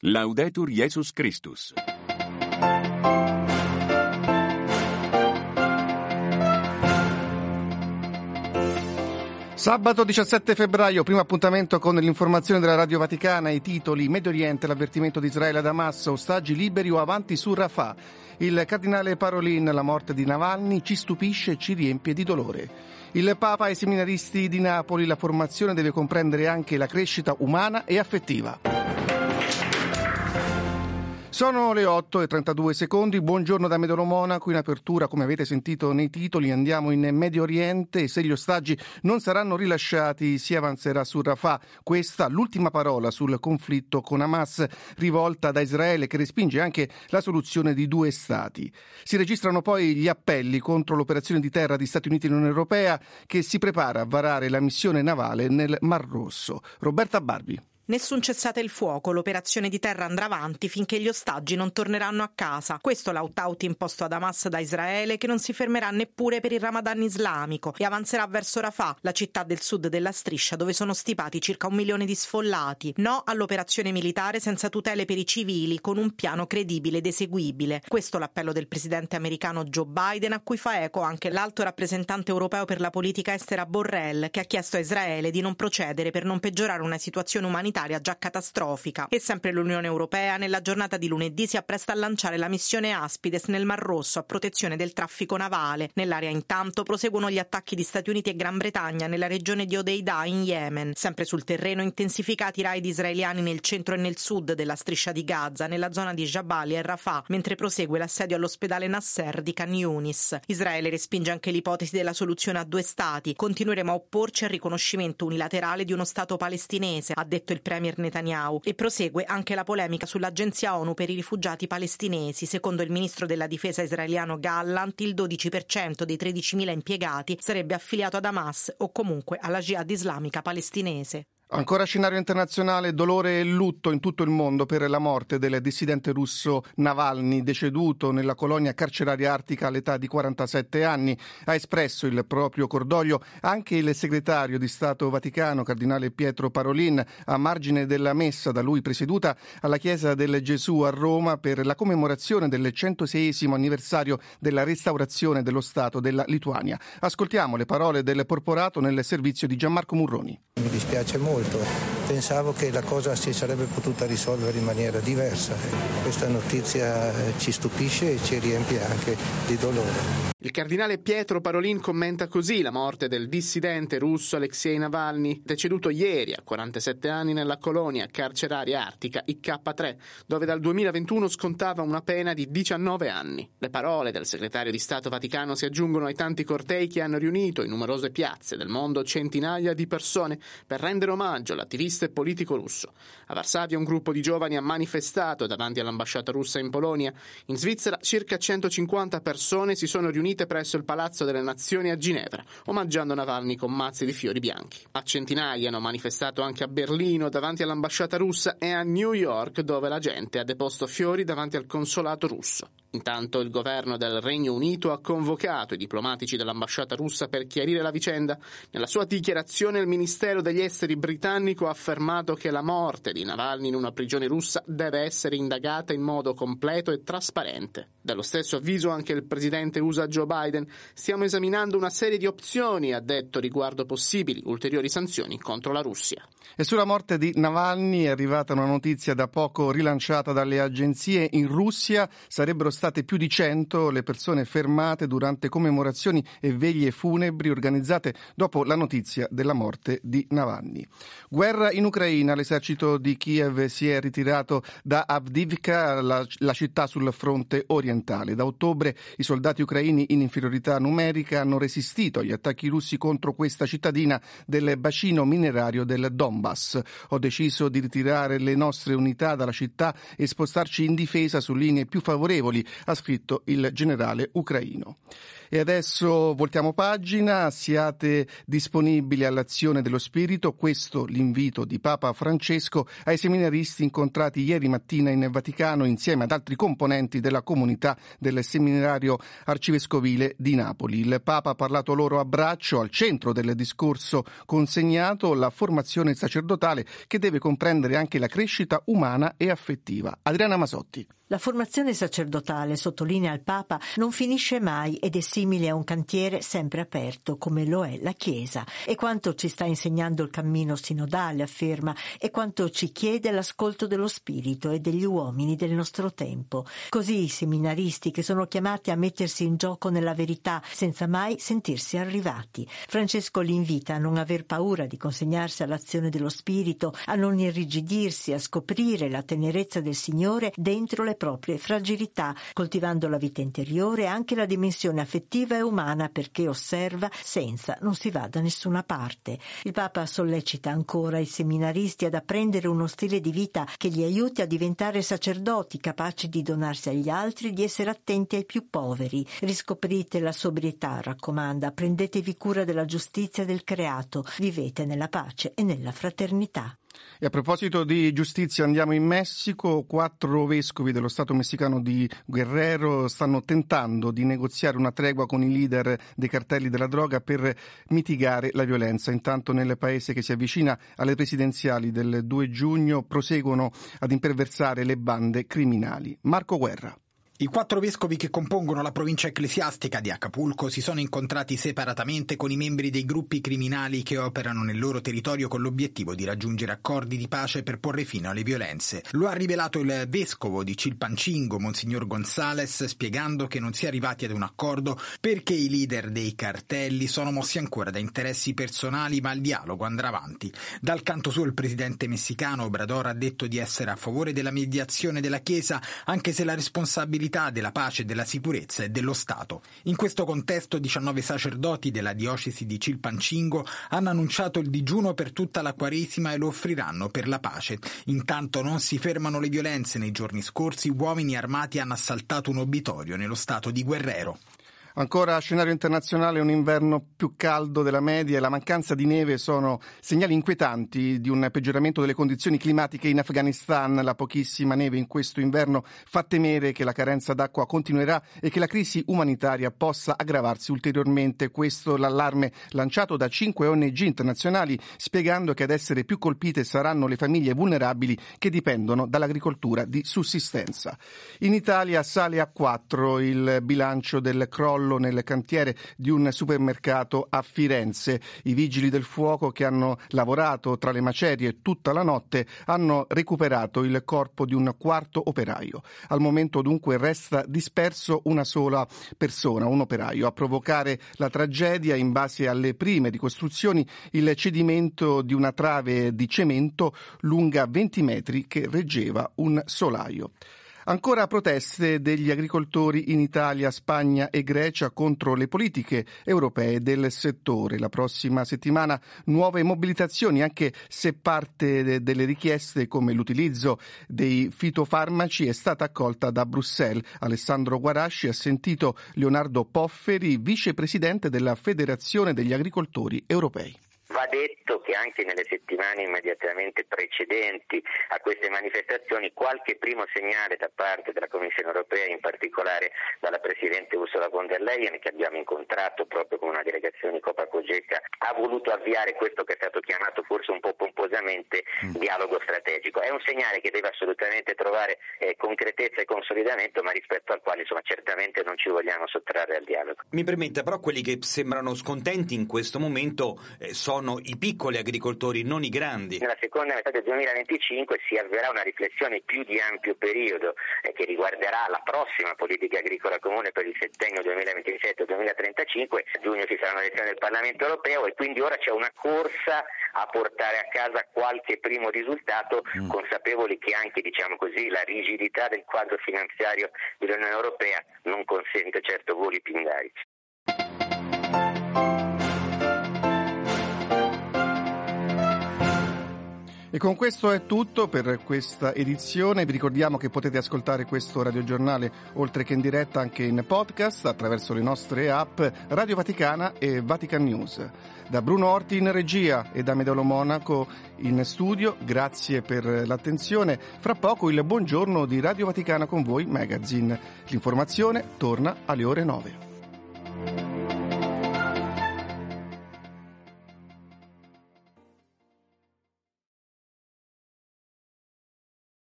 Laudetur Jesus Christus. Sabato 17 febbraio, primo appuntamento con l'informazione della Radio Vaticana, i titoli: Medio Oriente, l'avvertimento di Israele ad Hamas, ostaggi liberi o avanti su Rafah. Il cardinale Parolin, la morte di Navalny ci stupisce e ci riempie di dolore. Il Papa ai seminaristi di Napoli, la formazione deve comprendere anche la crescita umana e affettiva. Sono le 8:32. Buongiorno da Medolo Monaco. In apertura, come avete sentito nei titoli, andiamo in Medio Oriente e se gli ostaggi non saranno rilasciati si avanzerà su Rafah. Questa l'ultima parola sul conflitto con Hamas, rivolta da Israele, che respinge anche la soluzione di due stati. Si registrano poi gli appelli contro l'operazione di terra di Stati Uniti e Unione Europea, che si prepara a varare la missione navale nel Mar Rosso. Roberta Barbi. Nessun cessate il fuoco, l'operazione di terra andrà avanti finché gli ostaggi non torneranno a casa. Questo l'out-out imposto ad Hamas da Israele, che non si fermerà neppure per il Ramadan islamico e avanzerà verso Rafah, la città del sud della striscia dove sono stipati circa 1 milione di sfollati. No all'operazione militare senza tutele per i civili, con un piano credibile ed eseguibile. Questo l'appello del presidente americano Joe Biden, a cui fa eco anche l'alto rappresentante europeo per la politica estera Borrell, che ha chiesto a Israele di non procedere per non peggiorare una situazione umanitaria già catastrofica. E sempre l'Unione Europea nella giornata di lunedì si appresta a lanciare la missione Aspides nel Mar Rosso a protezione del traffico navale. Nell'area intanto proseguono gli attacchi di Stati Uniti e Gran Bretagna nella regione di Hodeidah in Yemen. Sempre sul terreno intensificati i raid israeliani nel centro e nel sud della striscia di Gaza, nella zona di Jabalia e Rafah, mentre prosegue l'assedio all'ospedale Nasser di Khan Yunis. Israele respinge anche l'ipotesi della soluzione a due stati. Continueremo a opporci al riconoscimento unilaterale di uno stato palestinese, ha detto il premier Netanyahu, e prosegue anche la polemica sull'agenzia ONU per i rifugiati palestinesi. Secondo il ministro della difesa israeliano Gallant, il 12% dei 13.000 impiegati sarebbe affiliato ad Hamas o comunque alla Jihad islamica palestinese. Ancora scenario internazionale, dolore e lutto in tutto il mondo per la morte del dissidente russo Navalny, deceduto nella colonia carceraria artica all'età di 47 anni. Ha espresso il proprio cordoglio anche il segretario di Stato Vaticano, cardinale Pietro Parolin, a margine della messa da lui presieduta alla Chiesa del Gesù a Roma per la commemorazione del 106esimo anniversario della restaurazione dello Stato della Lituania. Ascoltiamo le parole del porporato nel servizio di Gianmarco Murroni. Mi dispiace molto, pensavo che la cosa si sarebbe potuta risolvere in maniera diversa. Questa notizia ci stupisce e ci riempie anche di dolore. Il cardinale Pietro Parolin commenta così la morte del dissidente russo Alexei Navalny, deceduto ieri a 47 anni nella colonia carceraria artica IK3, dove dal 2021 scontava una pena di 19 anni. Le parole del segretario di Stato Vaticano si aggiungono ai tanti cortei che hanno riunito in numerose piazze del mondo centinaia di persone per rendere omaggio all'attivista e politico russo. A Varsavia un gruppo di giovani ha manifestato davanti all'ambasciata russa in Polonia. In Svizzera circa 150 persone si sono riunite presso il Palazzo delle Nazioni a Ginevra, omaggiando Navalny con mazzi di fiori bianchi. A centinaia hanno manifestato anche a Berlino davanti all'ambasciata russa e a New York, dove la gente ha deposto fiori davanti al consolato russo. Intanto il governo del Regno Unito ha convocato i diplomatici dell'ambasciata russa per chiarire la vicenda. Nella sua dichiarazione il Ministero degli Esteri britannico ha affermato che la morte di Navalny in una prigione russa deve essere indagata in modo completo e trasparente. Dallo stesso avviso anche il presidente USA Joe Biden: stiamo esaminando una serie di opzioni, ha detto, riguardo possibili ulteriori sanzioni contro la Russia. E sulla morte di Navalny è arrivata una notizia da poco rilanciata dalle agenzie. In Russia sarebbero state più di 100 le persone fermate durante commemorazioni e veglie funebri organizzate dopo la notizia della morte di Navalny. Guerra in Ucraina, l'esercito di Kiev si è ritirato da Avdiivka, la città sul fronte orientale. Da ottobre i soldati ucraini in inferiorità numerica hanno resistito agli attacchi russi contro questa cittadina del bacino minerario del Donbass. Ho deciso di ritirare le nostre unità dalla città e spostarci in difesa su linee più favorevoli, ha scritto il generale ucraino. E adesso voltiamo pagina, siate disponibili all'azione dello Spirito, questo l'invito di Papa Francesco ai seminaristi incontrati ieri mattina in Vaticano insieme ad altri componenti della comunità del seminario arcivescovile di Napoli. Il Papa ha parlato loro a braccio, al centro del discorso consegnato la formazione sacerdotale che deve comprendere anche la crescita umana e affettiva. Adriana Masotti. La formazione sacerdotale, sottolinea il Papa, non finisce mai ed è simile a un cantiere sempre aperto, come lo è la Chiesa. E quanto ci sta insegnando il cammino sinodale, afferma, e quanto ci chiede l'ascolto dello Spirito e degli uomini del nostro tempo. Così i seminaristi, che sono chiamati a mettersi in gioco nella verità senza mai sentirsi arrivati. Francesco li invita a non aver paura di consegnarsi all'azione dello Spirito, a non irrigidirsi, a scoprire la tenerezza del Signore dentro le proprie fragilità, coltivando la vita interiore e anche la dimensione affettiva e umana, perché osserva senza non si va da nessuna parte. Il Papa sollecita ancora i seminaristi ad apprendere uno stile di vita che li aiuti a diventare sacerdoti capaci di donarsi agli altri, di essere attenti ai più poveri. Riscoprite la sobrietà, raccomanda, prendetevi cura della giustizia e del creato, vivete nella pace e nella fraternità. E a proposito di giustizia andiamo in Messico. 4 vescovi dello Stato messicano di Guerrero stanno tentando di negoziare una tregua con i leader dei cartelli della droga per mitigare la violenza. Intanto nel paese che si avvicina alle presidenziali del 2 giugno proseguono ad imperversare le bande criminali. Marco Guerra. I 4 vescovi che compongono la provincia ecclesiastica di Acapulco si sono incontrati separatamente con i membri dei gruppi criminali che operano nel loro territorio con l'obiettivo di raggiungere accordi di pace per porre fine alle violenze. Lo ha rivelato il vescovo di Chilpancingo, Monsignor Gonzales, spiegando che non si è arrivati ad un accordo perché i leader dei cartelli sono mossi ancora da interessi personali, ma il dialogo andrà avanti. Dal canto suo il presidente messicano Obrador ha detto di essere a favore della mediazione della Chiesa, anche se la responsabilità della pace, della sicurezza e dello Stato. In questo contesto 19 sacerdoti della diocesi di Chilpancingo hanno annunciato il digiuno per tutta la Quaresima e lo offriranno per la pace. Intanto non si fermano le violenze. Nei giorni scorsi uomini armati hanno assaltato un obitorio nello stato di Guerrero. Ancora a scenario internazionale, un inverno più caldo della media e la mancanza di neve sono segnali inquietanti di un peggioramento delle condizioni climatiche in Afghanistan. La pochissima neve in questo inverno fa temere che la carenza d'acqua continuerà e che la crisi umanitaria possa aggravarsi ulteriormente. Questo l'allarme lanciato da 5 ONG internazionali, spiegando che ad essere più colpite saranno le famiglie vulnerabili che dipendono dall'agricoltura di sussistenza. In Italia sale a 4 il bilancio del crollo nel cantiere di un supermercato a Firenze. I vigili del fuoco, che hanno lavorato tra le macerie tutta la notte, hanno recuperato il corpo di un quarto operaio. Al momento dunque resta disperso una sola persona, un operaio. A provocare la tragedia, in base alle prime ricostruzioni, il cedimento di una trave di cemento lunga 20 metri che reggeva un solaio. Ancora proteste degli agricoltori in Italia, Spagna e Grecia contro le politiche europee del settore. La prossima settimana nuove mobilitazioni, anche se parte delle richieste come l'utilizzo dei fitofarmaci è stata accolta da Bruxelles. Alessandro Guarasci ha sentito Leonardo Pofferi, vicepresidente della Federazione degli agricoltori europei. Va detto che anche nelle settimane immediatamente precedenti a queste manifestazioni qualche primo segnale da parte della Commissione europea, in particolare dalla Presidente Ursula von der Leyen, che abbiamo incontrato proprio con una delegazione Copa-Cogeca, ha voluto avviare questo che è stato chiamato forse un po' pomposamente dialogo strategico. È un segnale che deve assolutamente trovare concretezza e consolidamento, ma rispetto al quale certamente non ci vogliamo sottrarre al dialogo. Mi permetta, però quelli che sembrano scontenti in questo momento sono i piccoli agricoltori, non i grandi. Nella seconda metà del 2025 si avverrà una riflessione più di ampio periodo che riguarderà la prossima politica agricola comune per il settennio 2027-2035. A giugno ci sarà una elezione del Parlamento europeo e quindi ora c'è una corsa a portare a casa qualche primo risultato, consapevoli che anche, la rigidità del quadro finanziario dell'Unione Europea non consente certo voli pindarici. E con questo è tutto per questa edizione. Vi ricordiamo che potete ascoltare questo radiogiornale oltre che in diretta anche in podcast attraverso le nostre app Radio Vaticana e Vatican News. Da Bruno Orti in regia e da Medolo Monaco in studio, grazie per l'attenzione. Fra poco il buongiorno di Radio Vaticana con voi Magazine. L'informazione torna alle ore 9.